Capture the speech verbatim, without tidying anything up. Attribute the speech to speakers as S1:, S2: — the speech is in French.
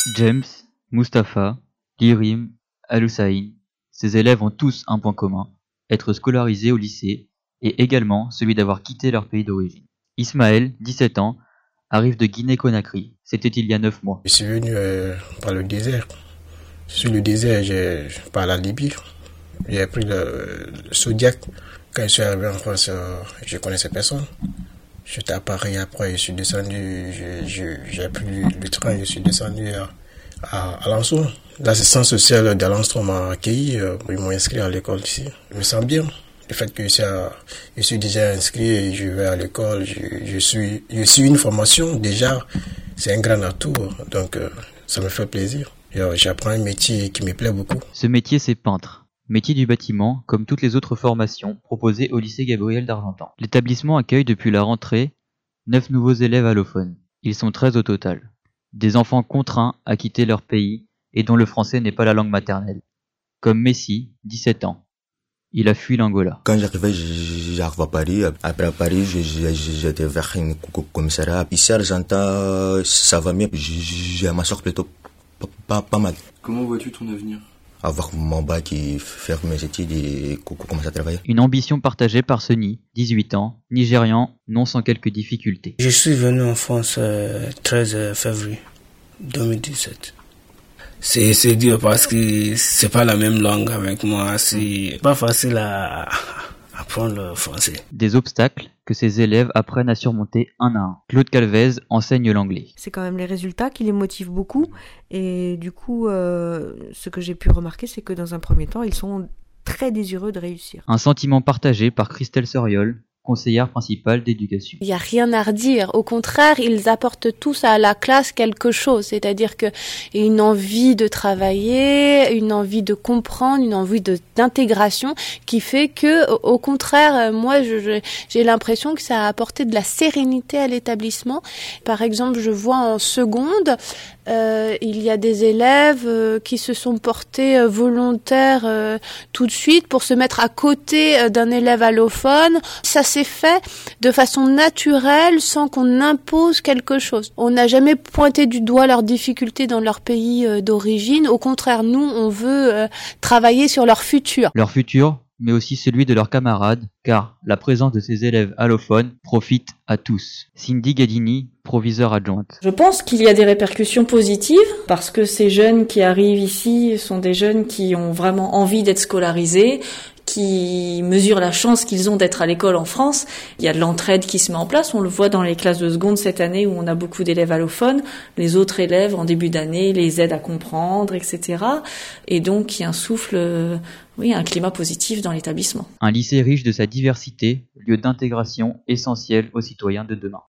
S1: James, Mustapha, Lirim, Al-Hussein, ces élèves ont tous un point commun, être scolarisés au lycée, et également celui d'avoir quitté leur pays d'origine. Ismaël, dix-sept ans, arrive de Guinée-Conakry, c'était il y a neuf mois.
S2: Je suis venu euh, par le désert. Sur le désert, j'ai, par la Libye, j'ai pris le, le Zodiac. Quand je suis arrivé en France, euh, je connaissais personne. J'étais à Paris, après je suis descendu, je, je, j'ai pris le train, je suis descendu à, à, à Lançon. L'assistance sociale d'Alençon m'a accueilli, euh, ils m'ont inscrit à l'école ici. Je me sens bien. Le fait que je suis, à, je suis déjà inscrit et je vais à l'école, je, je, suis, je suis une formation déjà, c'est un grand atout, donc euh, ça me fait plaisir. J'apprends un métier qui me plaît beaucoup.
S1: Ce métier, c'est peintre. Métier du bâtiment, comme toutes les autres formations proposées au lycée Gabriel d'Argentan. L'établissement accueille depuis la rentrée neuf nouveaux élèves allophones. Ils sont treize au total. Des enfants contraints à quitter leur pays et dont le français n'est pas la langue maternelle. Comme Messi, dix-sept ans. Il a fui l'Angola.
S3: Quand j'arrivais, j'arrive à Paris. Après à Paris, j'étais vers une commissariat. Ici à Argentan, ça va mieux. J'ai ma soeur plutôt pas, pas mal.
S4: Comment vois-tu ton avenir ?
S3: Avoir mon bac et faire mes études et commencer à travailler.
S1: Une ambition partagée par Sonny, dix-huit ans, Nigérian, non sans quelques difficultés.
S5: Je suis venu en France euh, treize février deux mille dix-sept. C'est, c'est dur parce que c'est pas la même langue avec moi. C'est pas facile à apprendre le français.
S1: Des obstacles que ces élèves apprennent à surmonter un à un. Claude Calvez enseigne l'anglais.
S6: C'est quand même les résultats qui les motivent beaucoup. Et du coup, euh, ce que j'ai pu remarquer, c'est que dans un premier temps, ils sont très désireux de réussir.
S1: Un sentiment partagé par Christelle Soriol, conseillère principale d'éducation.
S7: Il n'y a rien à redire. Au contraire, ils apportent tous à la classe quelque chose. C'est-à-dire que une envie de travailler, une envie de comprendre, une envie de, d'intégration qui fait que, au contraire, moi, je, je, j'ai l'impression que ça a apporté de la sérénité à l'établissement. Par exemple, je vois en seconde, euh, il y a des élèves euh, qui se sont portés euh, volontaires euh, tout de suite pour se mettre à côté euh, d'un élève allophone. Ça s'est fait de façon naturelle sans qu'on impose quelque chose. On n'a jamais pointé du doigt leurs difficultés dans leur pays euh, d'origine. Au contraire, nous, on veut euh, travailler sur leur futur.
S1: Leur futur, mais aussi celui de leurs camarades, car la présence de ces élèves allophones profite à tous. Cindy Gadini, proviseure adjointe.
S8: Je pense qu'il y a des répercussions positives, parce que ces jeunes qui arrivent ici sont des jeunes qui ont vraiment envie d'être scolarisés, qui mesurent la chance qu'ils ont d'être à l'école en France. Il y a de l'entraide qui se met en place. On le voit dans les classes de seconde cette année où on a beaucoup d'élèves allophones. Les autres élèves, en début d'année, les aident à comprendre, et cetera. Et donc, il y a un souffle, euh, oui, un climat positif dans l'établissement.
S1: Un lycée riche de sa diversité, lieu d'intégration essentiel aux citoyens de demain.